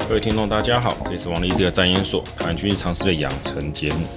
各位听众大家好，这里是王立地的战研所，台湾军事常识的养成节目。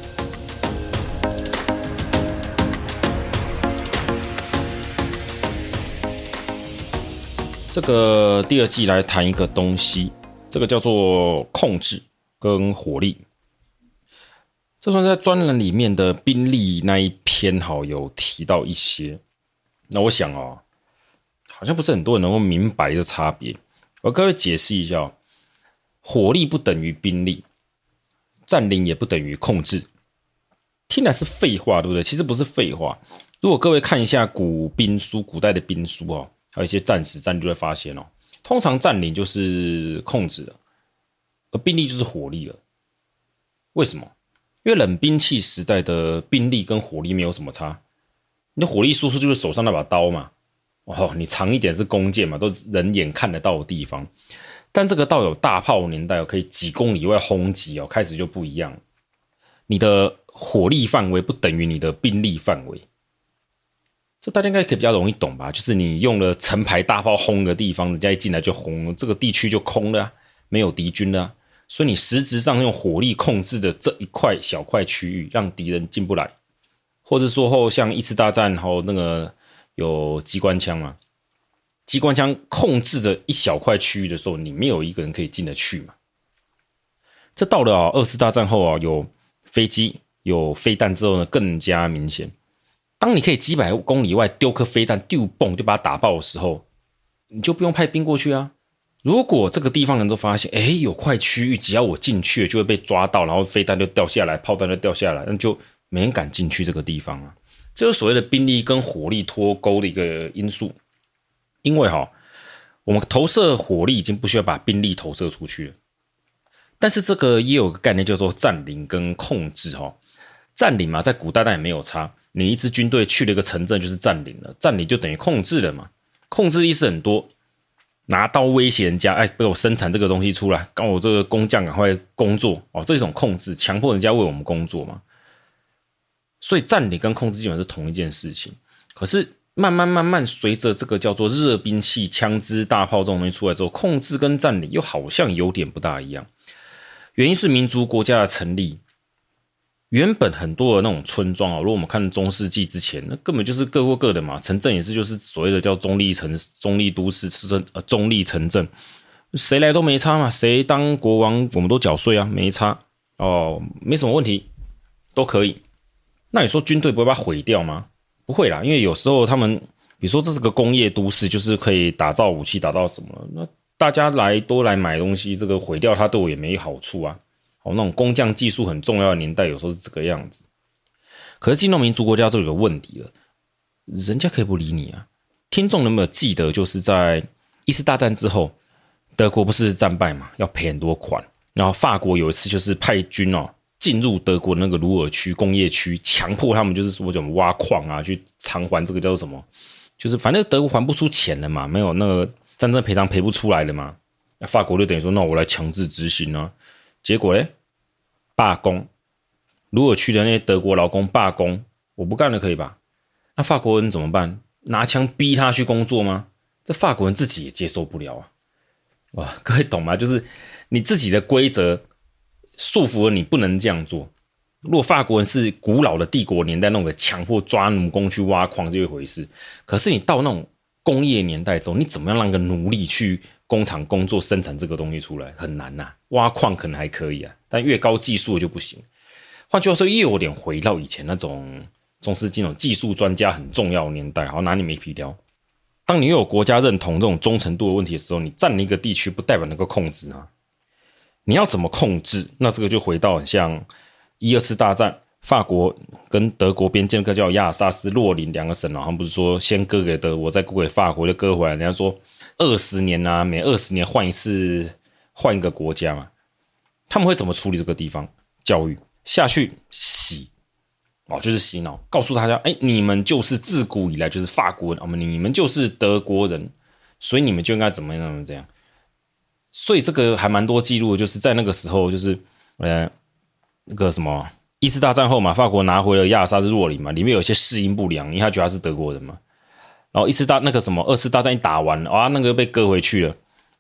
这个第二季来谈一个东西，这个叫做控制跟火力。这算是在专栏里面的兵力那一篇有提到一些。那我想好像不是很多人能够明白的差别。我跟各位解释一下火力不等于兵力，占领也不等于控制。听来是废话，对不对？其实不是废话。如果各位看一下古代的兵书还有一些战史战略，就会发现通常占领就是控制了，而兵力就是火力了。为什么？因为冷兵器时代的兵力跟火力没有什么差，你的火力输出就是手上那把刀嘛，你长一点是弓箭嘛，都人眼看得到的地方。但这个到有大炮年代可以几公里外轰击开始就不一样。你的火力范围不等于你的兵力范围，这大家应该可以比较容易懂吧？就是你用了成排大炮轰的地方，人家一进来就轰，这个地区就空了没有敌军了所以你实质上用火力控制的这一块小块区域，让敌人进不来，或者说像一次大战后那个有机关枪嘛。机关枪控制着一小块区域的时候，你没有一个人可以进得去嘛。这到了二次大战后有飞机有飞弹之后呢，更加明显。当你可以几百公里外丢颗飞弹丢蹦就把它打爆的时候，你就不用派兵过去啊。如果这个地方人都发现有块区域只要我进去了就会被抓到，然后飞弹就掉下来，炮弹就掉下来，那就没人敢进去这个地方啊。这就是所谓的兵力跟火力脱钩的一个因素。因为我们投射火力已经不需要把兵力投射出去了，但是这个也有个概念叫做占领跟控制占领嘛，在古代当然没有差，你一支军队去了一个城镇就是占领了，占领就等于控制了嘛。控制意思很多，拿刀威胁人家，给我生产这个东西出来，让我这个工匠赶快工作这种控制，强迫人家为我们工作嘛。所以占领跟控制基本上是同一件事情，可是慢慢随着这个叫做热兵器、枪支、大炮这种东西出来之后，控制跟占领又好像有点不大一样。原因是民族国家的成立，原本很多的那种村庄如果我们看中世纪之前，那根本就是各过各的嘛，城镇也是就是所谓的叫中立都市、中立城镇，谁来都没差嘛，谁当国王我们都缴税啊，没差没什么问题，都可以。那你说军队不会把它毁掉吗？不会啦，因为有时候他们比如说这是个工业都市，就是可以打造武器打造什么，那大家都来买东西，这个毁掉它对我也没好处啊。那种工匠技术很重要的年代有时候是这个样子。可是进入民族国家就有个问题了，人家可以不理你啊。听众有没有记得就是在一次大战之后，德国不是战败嘛，要赔很多款，然后法国有一次就是派军进入德国那个鲁尔区工业区，强迫他们就是说怎么挖矿去偿还这个叫做什么，就是反正德国还不出钱了嘛，没有那个战争赔偿赔不出来了嘛，那法国就等于说那我来强制执行啊。结果罢工，鲁尔区的那些德国劳工罢工，我不干了可以吧？那法国人怎么办？拿枪逼他去工作吗？这法国人自己也接受不了啊。哇，各位懂吗？就是你自己的规则束缚了你不能这样做。如果法国人是古老的帝国年代那种强迫抓奴工去挖矿这一回事，可是你到那种工业年代之后，你怎么样让一个奴隶去工厂工作生产这个东西出来？很难啊。挖矿可能还可以但越高技术的就不行。换句话说，又有点回到以前那种中世纪那种技术专家很重要的年代，拿你没皮条。当你又有国家认同这种忠诚度的问题的时候，你占领一个地区不代表能够控制啊。你要怎么控制？那这个就回到很像一二次大战，法国跟德国边界叫亚尔萨斯、洛林两个省他们不是说先割给德国，再割给法国，就割回来。人家说20年每20年换一个国家嘛。他们会怎么处理这个地方？教育下去洗就是洗脑，告诉大家你们就是自古以来就是法国人你们就是德国人，所以你们就应该怎么样这样。所以这个还蛮多记录的，就是在那个时候就是那个什么一次大战后嘛，法国拿回了亚尔萨斯洛林嘛，里面有一些适应不良，因为他觉得他是德国人嘛。然后二次大战一打完那个被割回去了，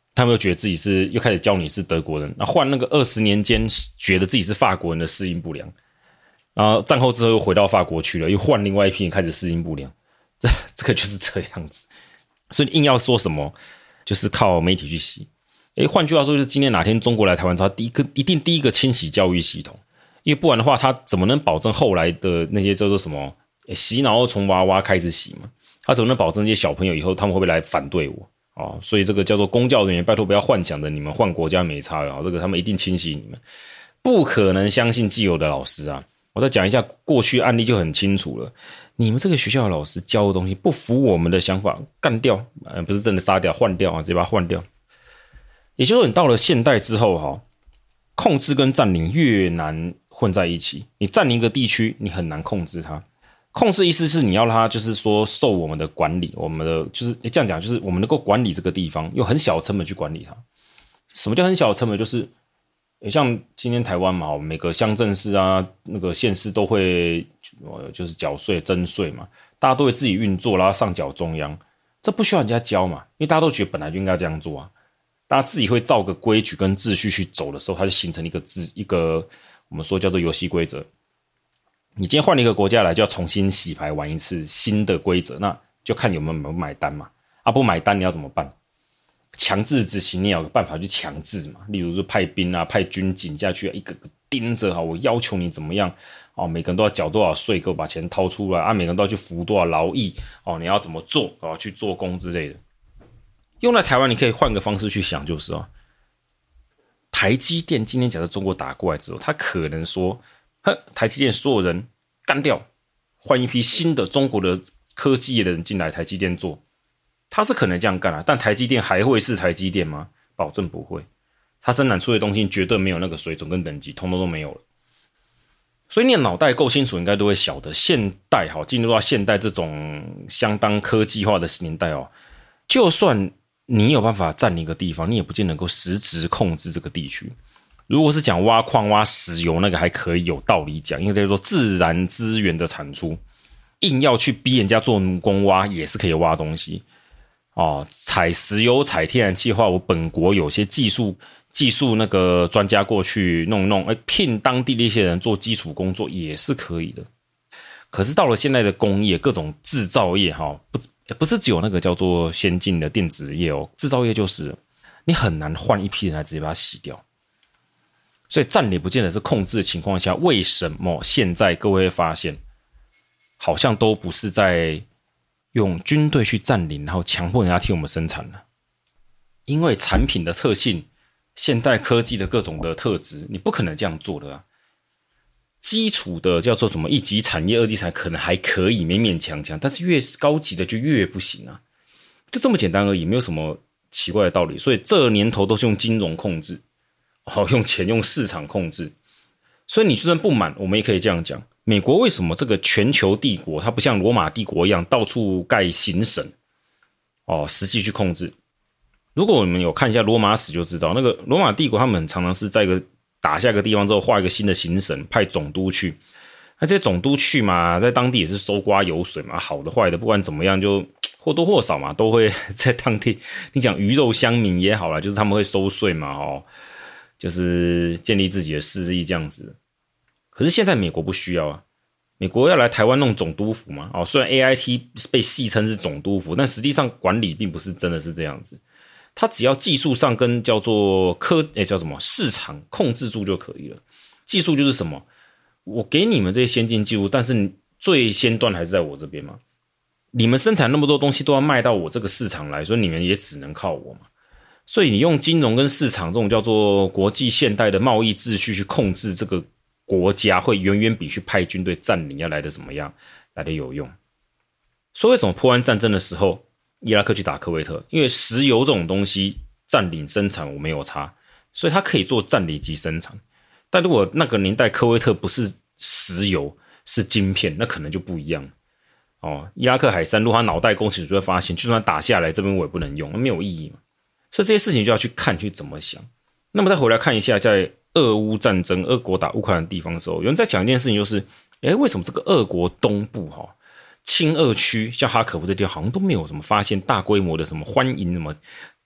他们又觉得自己又开始教你是德国人，那换那个20年间觉得自己是法国人的适应不良，然后战后之后又回到法国去了，又换另外一批人开始适应不良，这个就是这样子。所以你硬要说什么，就是靠媒体去洗。换句话说，就是今天哪天中国来台湾之后，他一定第一个清洗教育系统，因为不然的话，他怎么能保证后来的那些叫做什么洗脑从娃娃开始洗嘛？他怎么能保证这些小朋友以后他们会不会来反对我？所以这个叫做公教人员，拜托不要幻想的你们换国家没差了，这个他们一定清洗你们，不可能相信既有的老师啊！我再讲一下过去案例就很清楚了，你们这个学校的老师教的东西不符我们的想法，干掉，不是真的杀掉，换掉啊，直接把它换掉。也就是说，你到了现代之后控制跟占领越难混在一起，你占领一个地区，你很难控制它。控制意思是你要让它就是说受我们的管理，我们的就是这样讲，就是我们能够管理这个地方，用很小的成本去管理它。什么叫很小的成本？就是像今天台湾嘛，每个乡镇市啊，那个县市都会就是缴税征税嘛，大家都会自己运作，然后上缴中央，这不需要人家教嘛，因为大家都觉得本来就应该这样做啊。大家自己会照个规矩跟秩序去走的时候，它就形成一个我们说叫做游戏规则。你今天换了一个国家来，就要重新洗牌玩一次新的规则，那就看有没有买单嘛。不买单你要怎么办？强制执行，你也有个办法去强制嘛。例如说派兵啊，派军警下去，一个个盯着我要求你怎么样每个人都要缴多少税，给我把钱掏出来每个人都要去服多少劳役你要怎么做去做工之类的。用在台湾，你可以换个方式去想，就是台积电今天假设中国打过来之后，他可能说，台积电所有人干掉，换一批新的中国的科技业的人进来台积电做，他是可能这样干但台积电还会是台积电吗？保证不会，他生产出的东西绝对没有那个水准跟等级，通通都没有了。所以你的脑袋够清楚，应该都会晓得，现代进入到现代这种相当科技化的年代就算你有办法占领一个地方，你也不见得能够实质控制这个地区。如果是讲挖矿挖石油，那个还可以有道理讲，因为叫做自然资源的产出，硬要去逼人家做奴工挖也是可以挖东西采石油采天然气的话，我本国有些技术那个专家过去弄聘当地的一些人做基础工作也是可以的。可是到了现在的工业，各种制造业不是只有那个叫做先进的电子业制造业就是你很难换一批人来直接把它洗掉。所以占领不见得是控制的情况下，为什么现在各位会发现好像都不是在用军队去占领，然后强迫人家替我们生产呢？因为产品的特性，现代科技的各种的特质，你不可能这样做的基础的叫做什么一级产业、二级产业可能还可以勉勉强强，但是越高级的就越不行就这么简单而已，没有什么奇怪的道理。所以这年头都是用金融控制用钱用市场控制。所以你就算不满，我们也可以这样讲，美国为什么这个全球帝国它不像罗马帝国一样到处盖行省实际去控制。如果我们有看一下罗马史就知道，那个罗马帝国他们很常常是在打下一个地方之后画一个新的行省，派总督去，那这些总督去嘛，在当地也是搜刮油水嘛，好的坏的不管怎么样就或多或少嘛，都会在当地，你讲鱼肉乡民也好啦，就是他们会收税嘛就是建立自己的势力这样子。可是现在美国不需要美国要来台湾弄总督府嘛虽然 AIT 被戏称是总督府，但实际上管理并不是真的是这样子。它只要技术上跟叫做叫什么市场控制住就可以了。技术就是什么？我给你们这些先进技术，但是最先端还是在我这边嘛。你们生产那么多东西都要卖到我这个市场来，所以你们也只能靠我嘛。所以你用金融跟市场这种叫做国际现代的贸易秩序去控制这个国家，会远远比去派军队占领要来的怎么样来的有用。所以为什么波湾战争的时候伊拉克去打科威特？因为石油这种东西占领生产我没有差，所以它可以做占领级生产。但如果那个年代科威特不是石油是晶片，那可能就不一样伊拉克海山路他脑袋工程就会发现，就算打下来这边我也不能用，没有意义嘛。所以这些事情就要去看去怎么想。那么再回来看一下，在俄乌战争俄国打乌克兰的地方的时候，有人在讲一件事情，就是为什么这个俄国东部亲俄区像哈可夫这地方好像都没有什么发现大规模的什么欢迎什么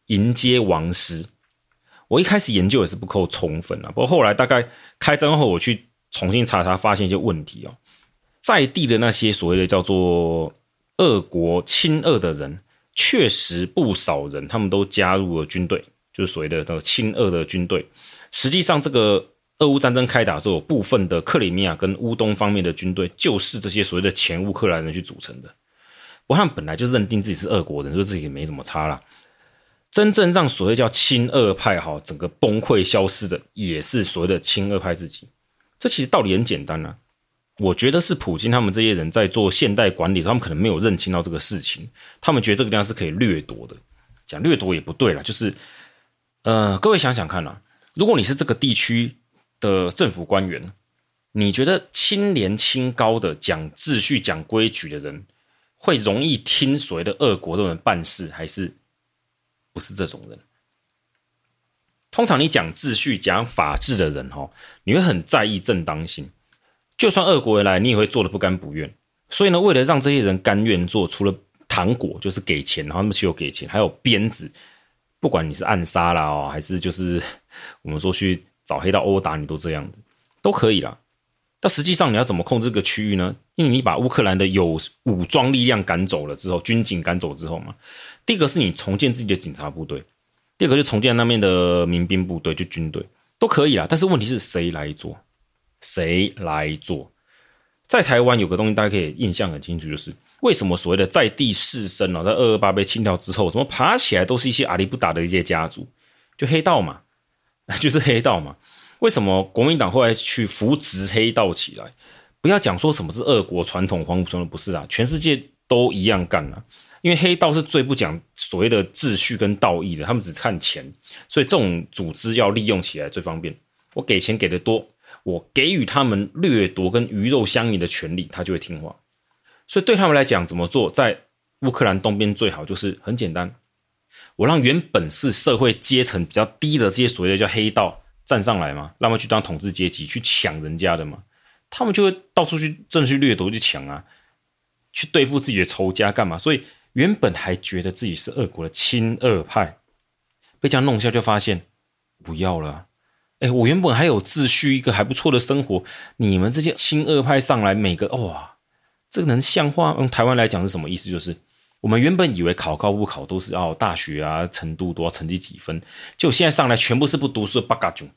迎接王师。我一开始研究也是不够充分不过后来大概开战后我去重新查，发现一些问题在地的那些所谓的叫做俄国亲俄的人，确实不少人他们都加入了军队，就是所谓的那个亲俄的军队。实际上这个俄乌战争开打之后，部分的克里米亚跟乌东方面的军队就是这些所谓的前乌克兰人去组成的。不过他们本来就认定自己是俄国人，所以自己也没怎么差啦。真正让所谓叫亲俄派整个崩溃消失的，也是所谓的亲俄派自己。这其实道理很简单我觉得是普京他们这些人在做现代管理的时候，他们可能没有认清到这个事情，他们觉得这个地方是可以掠夺的。讲掠夺也不对啦，就是各位想想看如果你是这个地区的政府官员，你觉得清廉清高的讲秩序讲规矩的人会容易听所谓的俄国的人办事，还是不是这种人？通常你讲秩序讲法治的人你会很在意正当性，就算俄国人来你也会做得不甘不愿。所以呢，为了让这些人甘愿做，除了糖果就是给钱，然后他们是有给钱，还有鞭子，不管你是暗杀啦还是就是我们说去找黑道殴打你都这样子都可以啦。但实际上你要怎么控制这个区域呢？因为你把乌克兰的有武装力量赶走了之后，军警赶走之后嘛，第一个是你重建自己的警察部队，第二个就重建那边的民兵部队，就军队都可以啦。但是问题是谁来做？谁来做？在台湾有个东西大家可以印象很清楚，就是为什么所谓的在地士绅在228被清掉之后，怎么爬起来都是一些阿里不达的一些家族，就黑道嘛，就是黑道嘛。为什么国民党后来去扶植黑道起来？不要讲说什么是俄国传统黄埔传统，不是全世界都一样干因为黑道是最不讲所谓的秩序跟道义的，他们只看钱，所以这种组织要利用起来最方便。我给钱给的多，我给予他们掠夺跟鱼肉乡民的权利，他就会听话。所以对他们来讲怎么做，在乌克兰东边最好就是很简单，我让原本是社会阶层比较低的这些所谓的叫黑道站上来嘛，让他们去当统治阶级，去抢人家的嘛，他们就会到处去真的去掠夺去抢去对付自己的仇家干嘛？所以原本还觉得自己是俄国的亲俄派，被这样弄下就发现不要了我原本还有秩序，一个还不错的生活，你们这些亲俄派上来，每个这个能像话？用台湾来讲是什么意思？就是我们原本以为考高不考都是大学程度多成绩几分，结果现在上来全部是不读书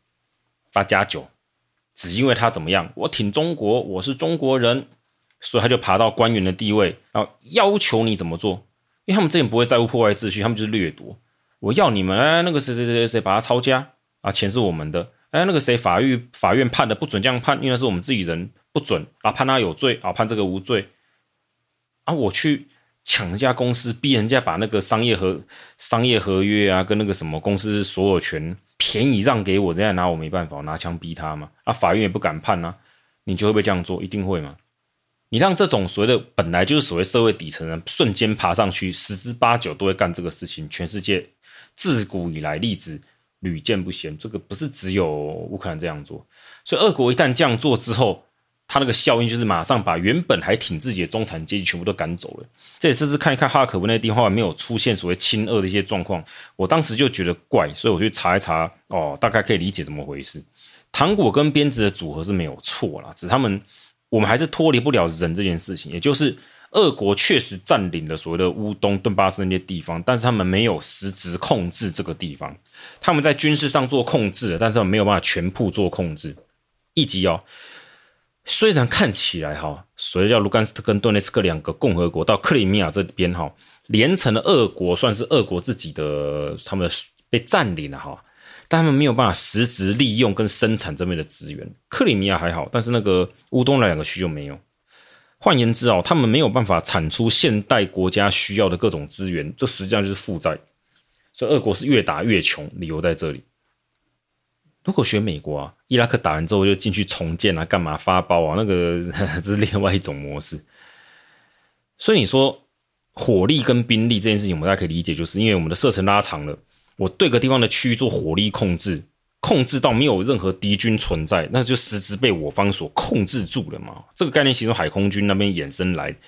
8+9，只因为他怎么样？我挺中国，我是中国人，所以他就爬到官员的地位，然后要求你怎么做？因为他们之前不会在乎破坏秩序，他们就是掠夺。我要你们那个谁把他抄家钱是我们的。那个谁法院判的不准这样判，因为那是我们自己人，不准判他有罪判这个无罪我去抢人家公司，逼人家把那个商业合约跟那个什么公司所有权便宜让给我，人家拿我没办法，拿枪逼他嘛法院也不敢判你就会不会这样做？一定会嘛。你让这种所谓的本来就是所谓社会底层人瞬间爬上去，10之8九都会干这个事情，全世界自古以来例子屡见不鲜，这个不是只有乌克兰这样做。所以俄国一旦这样做之后，他那个效应就是马上把原本还挺自己的中产阶级全部都赶走了。这也是看一看哈尔科夫那地方没有出现所谓亲俄的一些状况，我当时就觉得怪，所以我去查一查大概可以理解怎么回事。糖果跟鞭子的组合是没有错啦，只是我们还是脱离不了人这件事情，也就是俄国确实占领了所谓的乌东顿巴斯那些地方，但是他们没有实质控制这个地方。他们在军事上做控制，但是他们没有办法全部做控制。以及虽然看起来所谓叫卢甘斯克跟顿涅茨克两个共和国到克里米亚这边连成了俄国，算是俄国自己的，他们被占领了但他们没有办法实质利用跟生产这边的资源。克里米亚还好，但是那个乌东那两个区就没有。换言之他们没有办法产出现代国家需要的各种资源，这实际上就是负债。所以俄国是越打越穷，理由在这里。如果学美国伊拉克打完之后就进去重建干嘛发包那个这是另外一种模式。所以你说火力跟兵力这件事情，我们大家可以理解，就是因为我们的射程拉长了，我对个地方的区域做火力控制，控制到没有任何敌军存在，那就实质被我方所控制住了嘛。这个概念其实海空军那边衍生来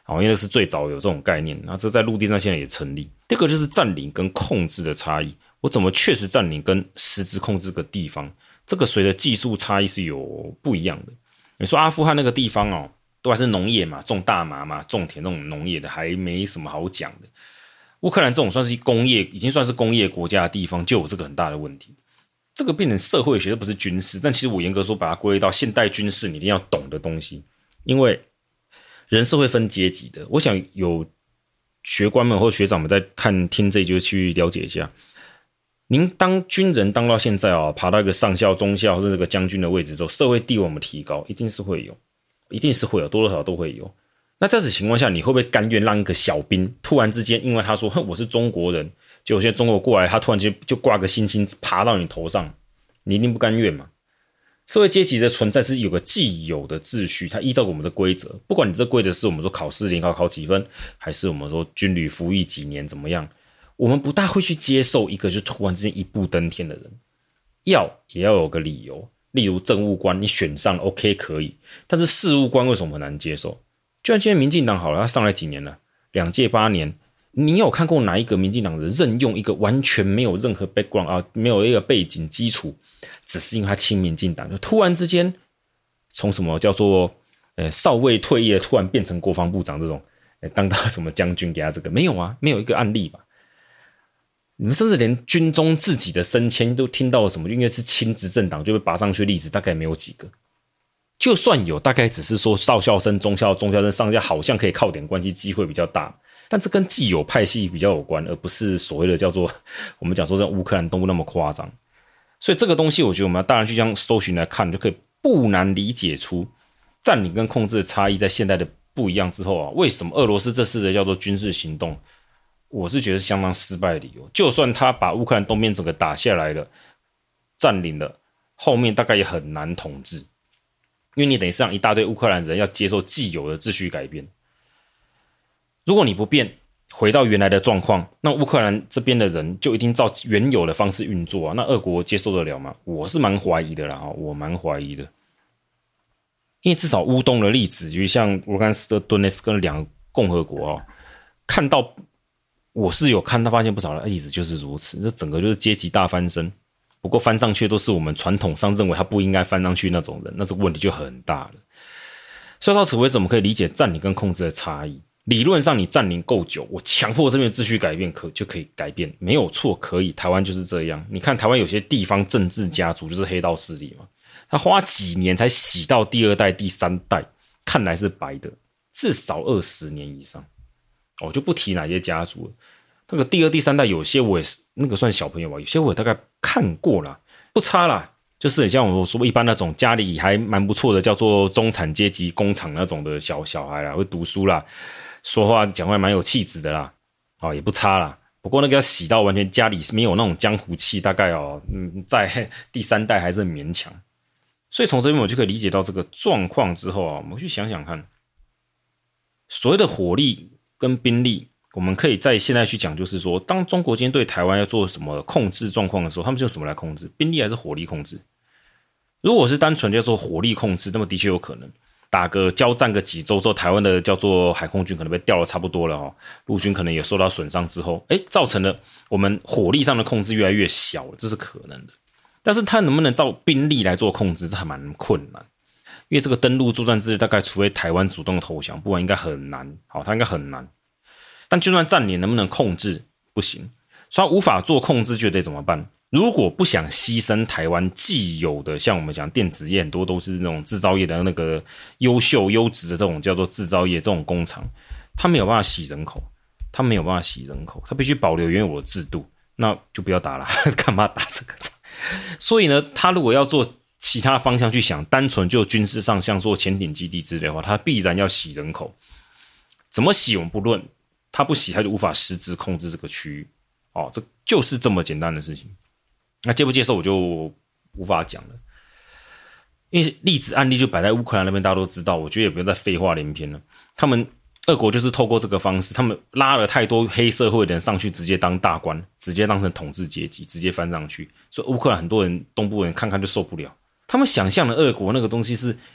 因为那是最早有这种概念，那这在陆地上现在也成立。第二个就是占领跟控制的差异，我怎么确实占领跟实质控制个地方，这个随着技术差异是有不一样的。你说阿富汗那个地方都还是农业嘛，种大麻嘛，种田那种农业的，还没什么好讲的。乌克兰这种算是工业，已经算是工业国家的地方，就有这个很大的问题。这个变成社会学，不是军事，但其实我严格说把它归类到现代军事你一定要懂的东西，因为人是会分阶级的。我想有学官们或学长们在听这一就去了解一下。您当军人当到现在爬到一个上校、中校或者这个将军的位置之后，社会地位我们提高，一定是会有，多多少少都会有。那在此情况下，你会不会甘愿让一个小兵突然之间，因为他说我是中国人，结果现在中国过来，他突然间就挂个星星爬到你头上，你一定不甘愿嘛？社会阶级的存在是有个既有的秩序，它依照我们的规则，不管你这规则是我们说考试联考考几分，还是我们说军旅服役几年怎么样，我们不大会去接受一个就突然之间一步登天的人，也要有个理由，例如政务官你选上 OK 可以，但是事务官为什么很难接受？就像今天民进党好了，他上来几年了，2届8年，你有看过哪一个民进党人任用一个完全没有任何 background 没有一个背景基础，只是因为他亲民进党，就突然之间从什么叫做少尉退役突然变成国防部长这种，当到什么将军给他这个没有啊，没有一个案例吧？你们甚至连军中自己的升迁都听到了什么，因为是亲执政党就被拔上去的例子大概没有几个。就算有，大概只是说少校升、中校升、上校好像可以靠点关系，机会比较大，但这跟既有派系比较有关，而不是所谓的叫做我们讲说在乌克兰东部那么夸张。所以这个东西，我觉得我们要当然去这样搜寻来看，就可以不难理解出占领跟控制的差异在现代的不一样之后为什么俄罗斯这次的叫做军事行动，我是觉得是相当失败的理由。就算他把乌克兰东边整个打下来了，占领了，后面大概也很难统治。因为你等于是让一大堆乌克兰人要接受既有的秩序改变，如果你不变，回到原来的状况，那乌克兰这边的人就一定照原有的方式运作那俄国接受得了吗？我是蛮怀疑的啦，我蛮怀疑的，因为至少乌东的例子，就像卢甘斯克、顿涅茨克2个共和国看到我是有看到发现不少的例子就是如此，这整个就是阶级大翻身。不过翻上去都是我们传统上认为他不应该翻上去那种人，那这个问题就很大了。所以到此为止，我们可以理解占领跟控制的差异。理论上你占领够久，我强迫这边的秩序改变就可以改变，没有错，可以。台湾就是这样，你看台湾有些地方政治家族就是黑道势力嘛，他花几年才洗到第2代、第3代，看来是白的，至少20年以上。就不提哪些家族了。那个第2、第3代有些我也是那个算小朋友吧，有些我也大概看过啦，不差啦，就是很像我说一般那种家里还蛮不错的，叫做中产阶级工厂那种的小孩啦，会读书啦，说话讲话蛮有气质的啦，也不差啦。不过那个要洗到完全家里没有那种江湖气，大概在第3代还是很勉强。所以从这边我就可以理解到这个状况之后我们去想想看，所谓的火力跟兵力。我们可以在现在去讲，就是说，当中国今天对台湾要做什么控制状况的时候，他们是用什么来控制？兵力还是火力控制？如果是单纯叫做火力控制，那么的确有可能打个交战个几周之后，台湾的叫做海空军可能被调了差不多了陆军可能也受到损伤之后，造成了我们火力上的控制越来越小了，这是可能的。但是它能不能照兵力来做控制，这还蛮困难。因为这个登陆作战制大概除非台湾主动投降，不然应该很难。它应该很难。但就算占领能不能控制不行，所以他无法做控制就得怎么办？如果不想牺牲台湾既有的，像我们讲电子业很多都是那种制造业的那个优秀优质的这种叫做制造业这种工厂，他没有办法洗人口，他必须保留原有的制度，那就不要打了，干嘛打这个仗？所以呢，他如果要做其他方向去想，单纯就军事上像做潜艇基地之类的话，他必然要洗人口，怎么洗我们不论。他不洗，他就无法实质控制这个区域这就是这么简单的事情。那接不接受我就无法讲了，因为例子案例就摆在乌克兰那边，大家都知道，我觉得也不用再废话连篇了。他们俄国就是透过这个方式，他们拉了太多黑社会的人上去，直接当大官，直接当成统治阶级，直接翻上去，所以乌克兰很多人东部人看看就受不了。他们想象的俄国那个东西是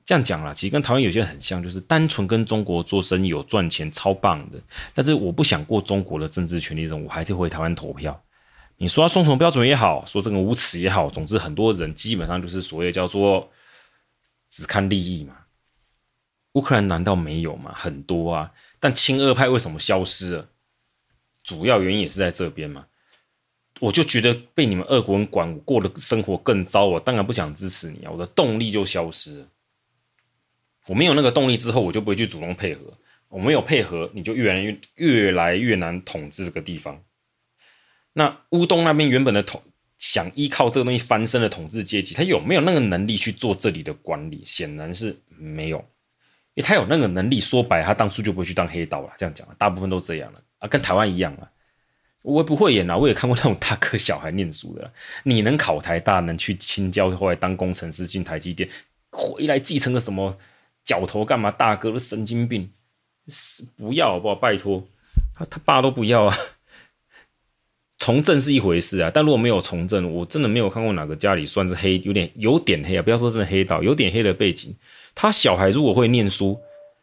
这样讲啦，其实跟台湾有些人很像，就是单纯跟中国做生意有赚钱，超棒的。但是我不想过中国的政治权利人，我还是回台湾投票。你说他双重标准也好，说这个无耻也好，总之很多人基本上就是所谓叫做只看利益嘛。乌克兰难道没有吗？很多啊，但亲俄派为什么消失了？主要原因也是在这边嘛。我就觉得被你们俄国人管，我过的生活更糟，我当然不想支持你啊，我的动力就消失了。我没有那个动力之后，我就不会去主动配合。我没有配合，你就越来越难统治这个地方。那乌东那边原本的想依靠这个东西翻身的统治阶级，他有没有那个能力去做这里的管理？显然是没有。因为他有那个能力，说白了他当初就不会去当黑道了。这样讲，大部分都这样了啊，跟台湾一样啊。我不会演啊，我也看过那种大哥小孩念书的啦。你能考台大，能去清交，后来当工程师进台积电，回来继承个什么角头干嘛？大哥都神经病，不要好不好？拜托，他爸都不要啊。从政是一回事啊，但如果没有从政，我真的没有看过哪个家里算是黑，有点黑啊，不要说真的黑道，有点黑的背景。他小孩如果会念书，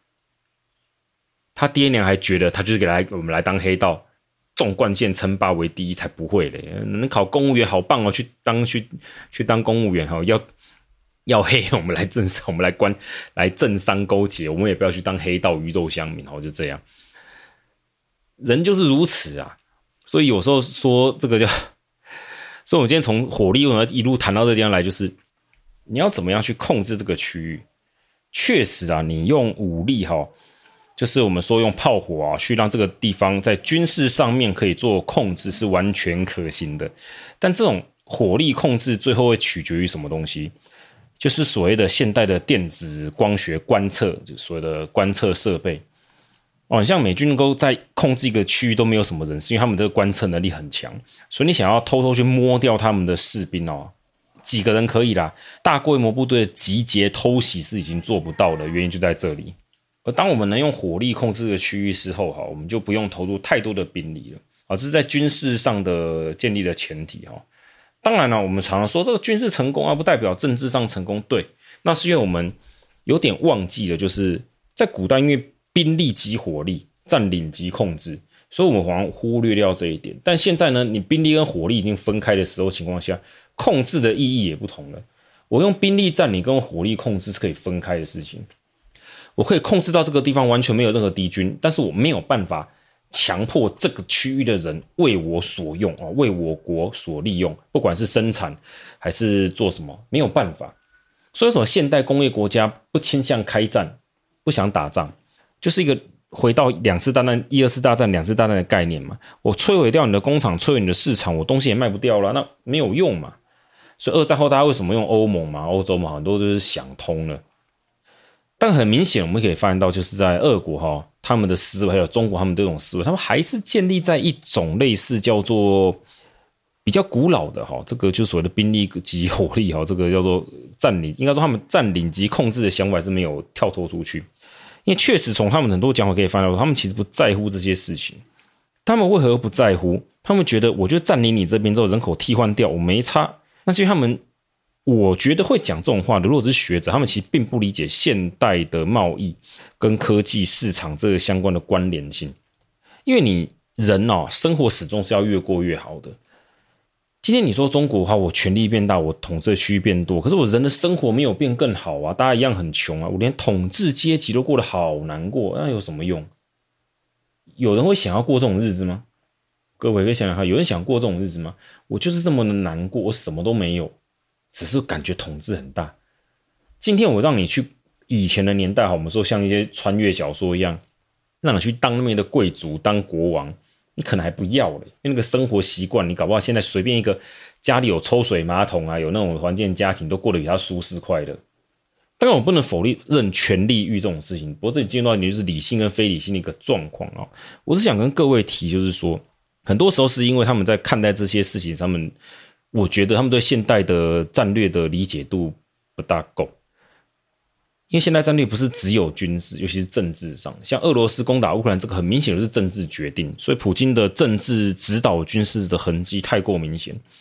他爹娘还觉得他就是我们来当黑道，纵贯线称霸为第一，才不会嘞。能考公务员好棒哦，去当公务员哈，要黑我们来政商，我们来政商勾结，我们也不要去当黑道鱼肉乡民，就这样。人就是如此啊。所以有时候说这个所以我们今天从火力一路谈到这个地方来，就是你要怎么样去控制这个区域。确实啊，你用武力就是我们说用炮火啊，去让这个地方在军事上面可以做控制是完全可行的。但这种火力控制最后会取决于什么东西？就是所谓的现代的电子光学观测，就是所谓的观测设备。像美军能够在控制一个区域都没有什么人，是因为他们的观测能力很强，所以你想要偷偷去摸掉他们的士兵几个人可以啦，大规模部队的集结偷袭是已经做不到的，原因就在这里。而当我们能用火力控制这个区域之后，我们就不用投入太多的兵力了。这是在军事上的建立的前提。当然了，我们常常说这个军事成功不代表政治上成功，对，那是因为我们有点忘记了，就是在古代因为兵力及火力，占领及控制，所以我们好像忽略掉这一点。但现在呢，你兵力跟火力已经分开的时候情况下，控制的意义也不同了。我用兵力占领跟火力控制是可以分开的事情。我可以控制到这个地方完全没有任何敌军，但是我没有办法强迫这个区域的人为我所用，为我国所利用，不管是生产还是做什么，没有办法。所以说现代工业国家不倾向开战，不想打仗，就是一个回到2次大战、1、2次大战、2次大战的概念嘛。我摧毁掉你的工厂，摧毁你的市场，我东西也卖不掉了，那没有用嘛。所以二战后大家为什么用欧盟嘛、欧洲嘛，很多就是想通了。但很明显我们可以发现到，就是在俄国他们的思维还有中国他们这种思维，他们还是建立在一种类似叫做比较古老的这个就是所谓的兵力及火力这个叫做占领，应该说他们占领及控制的想法是没有跳脱出去。因为确实从他们很多讲法可以发现到，他们其实不在乎这些事情。他们为何不在乎？他们觉得我就占领你这边之后人口替换掉我没差。那是因为他们我觉得会讲这种话的，如果是学者，他们其实并不理解现代的贸易跟科技市场这个相关的关联性。因为你人生活始终是要越过越好的。今天你说中国的话，我权力变大，我统治区域变多，可是我人的生活没有变更好啊，大家一样很穷啊，我连统治阶级都过得好难过，那有什么用？有人会想要过这种日子吗？各位可以想想看，有人想过这种日子吗？我就是这么的难过，我什么都没有，只是感觉统治很大。今天我让你去以前的年代，我们说像一些穿越小说一样，让你去当那边的贵族，当国王，你可能还不要了，因为那个生活习惯，你搞不好现在随便一个家里有抽水马桶啊，有那种环境家庭都过得比他舒适快乐。当然我不能否认权力欲这种事情，不过这里进入到你就是理性跟非理性的一个状况。我是想跟各位提，就是说很多时候是因为他们在看待这些事情上面，我觉得他们对现代的战略的理解度不大够。因为现代战略不是只有军事，尤其是政治上，像俄罗斯攻打乌克兰这个很明显的是政治决定，所以普京的政治指导军事的痕迹太过明显。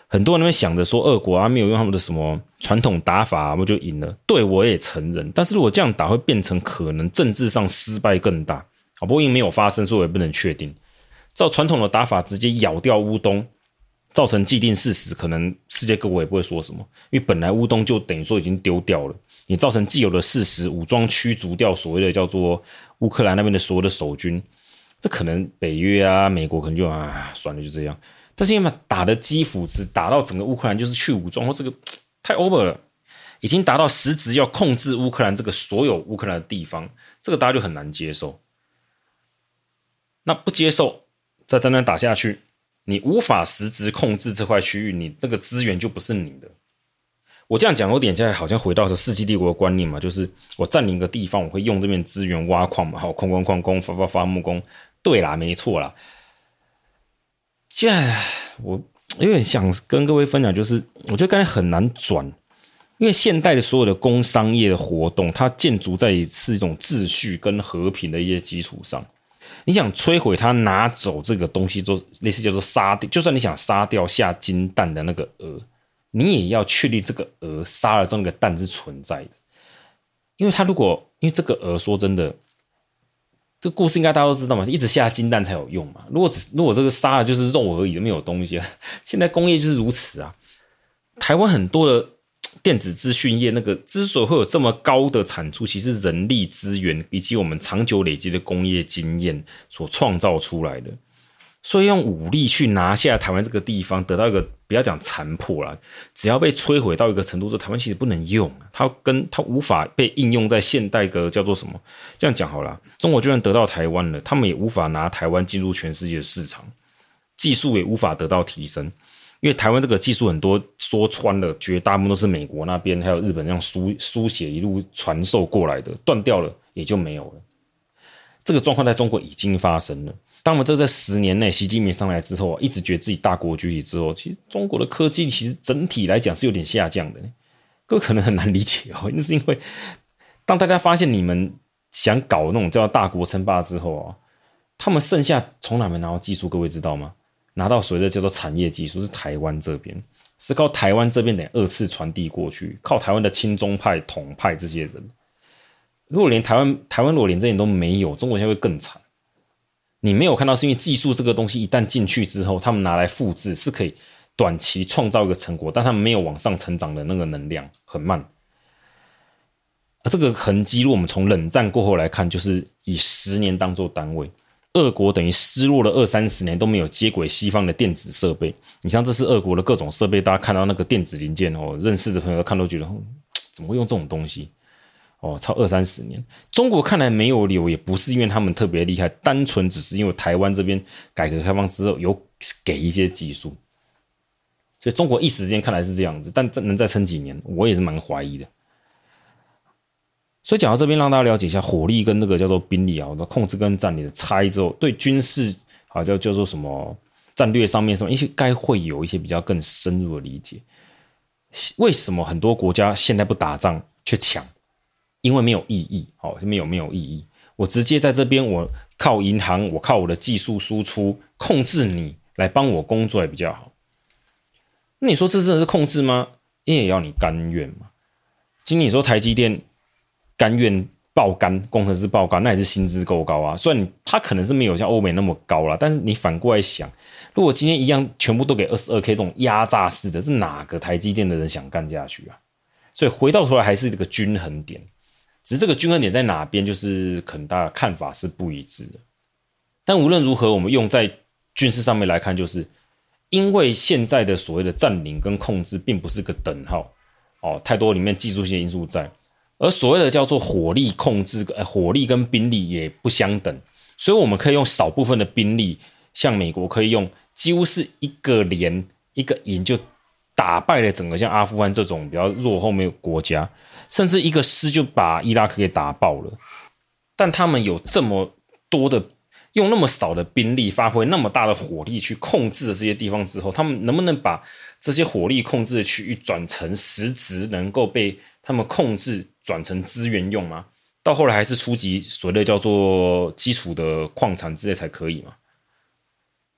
很多人那边想着说俄国啊没有用他们的什么传统打法，我们就赢了。对，我也承认，但是如果这样打会变成可能政治上失败更大。不过因为没有发生，所以我也不能确定。照传统的打法直接咬掉乌东，造成既定事实，可能世界各国也不会说什么，因为本来乌东就等于说已经丢掉了，你造成既有的事实，武装驱逐掉所谓的叫做乌克兰那边的所有的守军，这可能北约啊、美国可能就算了就这样。但是因为打的基辅只打到整个乌克兰就是去武装，或这个太 over 了，已经达到实质要控制乌克兰这个所有乌克兰的地方，这个大家就很难接受。那不接受，再战争打下去，你无法实质控制这块区域，你那个资源就不是你的。我这样讲有点好像回到世纪帝国的观念嘛，就是我占领一个地方，我会用这边资源挖矿嘛，好，矿发木工，对啦，没错啦。现在我有点想跟各位分享，就是我觉得刚才很难转，因为现代的所有的工商业的活动，它建筑在是一种秩序跟和平的一些基础上。你想摧毁它，拿走这个东西，就类似叫做杀掉，就算你想杀掉下金蛋的那个鹅，你也要确立这个鹅杀了之后那个蛋是存在的。因为这个鹅说真的，这个故事应该大家都知道嘛，一直下金蛋才有用嘛。如果这个杀了就是肉而已，没有东西。现在工业就是如此啊。台湾很多的电子资讯业那个之所以会有这么高的产出，其实人力资源以及我们长久累积的工业经验所创造出来的。所以用武力去拿下台湾这个地方，得到一个不要讲残破啦，只要被摧毁到一个程度，台湾其实不能用，它无法被应用在现代个叫做什么？这样讲好了，中国就算得到台湾了，他们也无法拿台湾进入全世界的市场，技术也无法得到提升。因为台湾这个技术很多说穿了，绝大部分都是美国那边还有日本这样书写一路传授过来的，断掉了也就没有了。这个状况在中国已经发生了。当我们这在10年内习近平上来之后，一直觉得自己大国崛起之后，其实中国的科技其实整体来讲是有点下降的。各位可能很难理解哦，那是因为当大家发现你们想搞那种叫大国称霸之后他们剩下从哪边拿到技术？各位知道吗？拿到所谓的叫做产业技术是台湾这边，是靠台湾这边的二次传递过去，靠台湾的亲中派、统派这些人。如果连台湾如果连这点都没有，中国现在会更惨。你没有看到是因为技术这个东西一旦进去之后，他们拿来复制是可以短期创造一个成果，但他们没有往上成长的那个能量，很慢。这个痕迹如果我们从冷战过后来看，就是以10年当作单位，俄国等于失落了20-30年都没有接轨西方的电子设备。你像这是俄国的各种设备，大家看到那个电子零件认识的朋友看都觉得怎么会用这种东西超20-30年。中国看来没有留，也不是因为他们特别厉害，单纯只是因为台湾这边改革开放之后有给一些技术，所以中国一时间看来是这样子，但能再撑几年我也是蛮怀疑的。所以讲到这边，让大家了解一下火力跟那个叫做兵力控制跟战略的差异之后，对军事叫做什么战略上面什么，该会有一些比较更深入的理解。为什么很多国家现在不打仗去抢？因为没有意义，没有意义。我直接在这边，我靠银行，我靠我的技术输出控制你，来帮我工作也比较好。那你说这真的是控制吗？也要你甘愿嘛。今天你说台积电甘愿爆肝，工程师爆肝，那也是薪资够高啊。虽然他可能是没有像欧美那么高啦，但是你反过来想，如果今天一样全部都给 22K 这种压榨式的，是哪个台积电的人想干下去啊？所以回到头来还是这个均衡点。只是这个均衡点在哪边，就是可能大家看法是不一致的。但无论如何，我们用在军事上面来看，就是因为现在的所谓的占领跟控制并不是个等号太多里面技术性因素在，而所谓的叫做火力控制，火力跟兵力也不相等，所以我们可以用少部分的兵力，像美国可以用几乎是一个连一个营就打败了整个像阿富汗这种比较落后没有国家，甚至一个师就把伊拉克给打爆了。但他们有这么多的用那么少的兵力发挥那么大的火力去控制了这些地方之后，他们能不能把这些火力控制的区域转成实质能够被他们控制转成资源用吗？到后来还是初级所谓的叫做基础的矿产之类才可以嘛。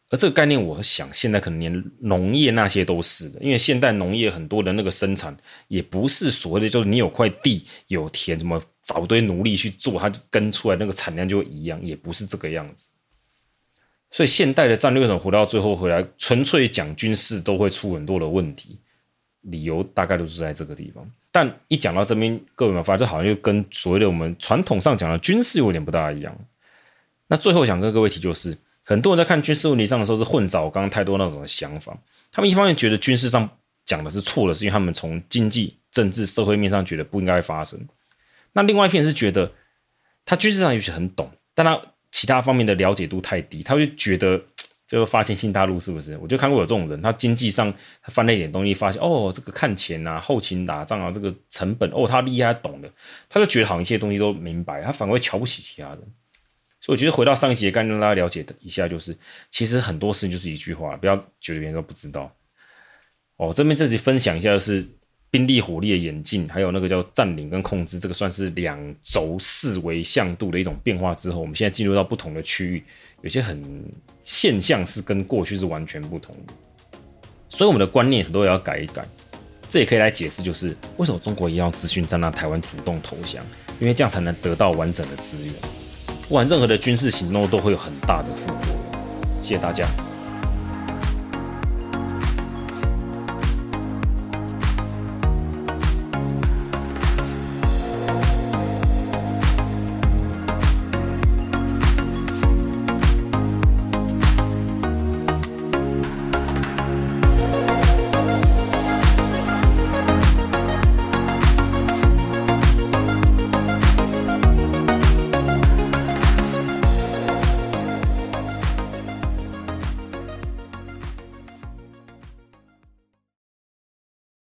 而这个概念，我想现在可能连农业那些都是的，因为现代农业很多的那个生产也不是所谓的就是你有块地有田，什么找一堆奴隶去做，它跟出来那个产量就会一样，也不是这个样子。所以现代的战略为什么活到最后回来，纯粹讲军事都会出很多的问题，理由大概都是在这个地方。但一讲到这边，各位有没有发现，好像就跟所谓的我们传统上讲的军事有点不大一样。那最后想跟各位提就是，很多人在看军事问题上的时候是混淆刚刚太多那种的想法。他们一方面觉得军事上讲的是错的，是因为他们从经济、政治、社会面上觉得不应该发生。那另外一片是觉得他军事上也许很懂，但他其他方面的了解度太低，他会觉得这个发现新大陆是不是？我就看过有这种人，他经济上翻了一点东西，发现哦，这个看钱啊、后勤打仗啊，这个成本哦，他厉害，他懂的，他就觉得好像一切东西都明白，他反而会瞧不起其他人。所以我觉得回到上一集的概念，让大家了解一下，就是其实很多事情就是一句话，不要觉得别人都不知道。哦，这集分享一下，就是兵力火力的演进，还有那个叫占领跟控制，这个算是2轴4维向度的一种变化之后，我们现在进入到不同的区域，有些很现象是跟过去是完全不同的，所以我们的观念很多也要改一改。这也可以来解释，就是为什么中国也要资讯战，让台湾主动投降，因为这样才能得到完整的资源。不管任何的军事行动都会有很大的副作用。谢谢大家。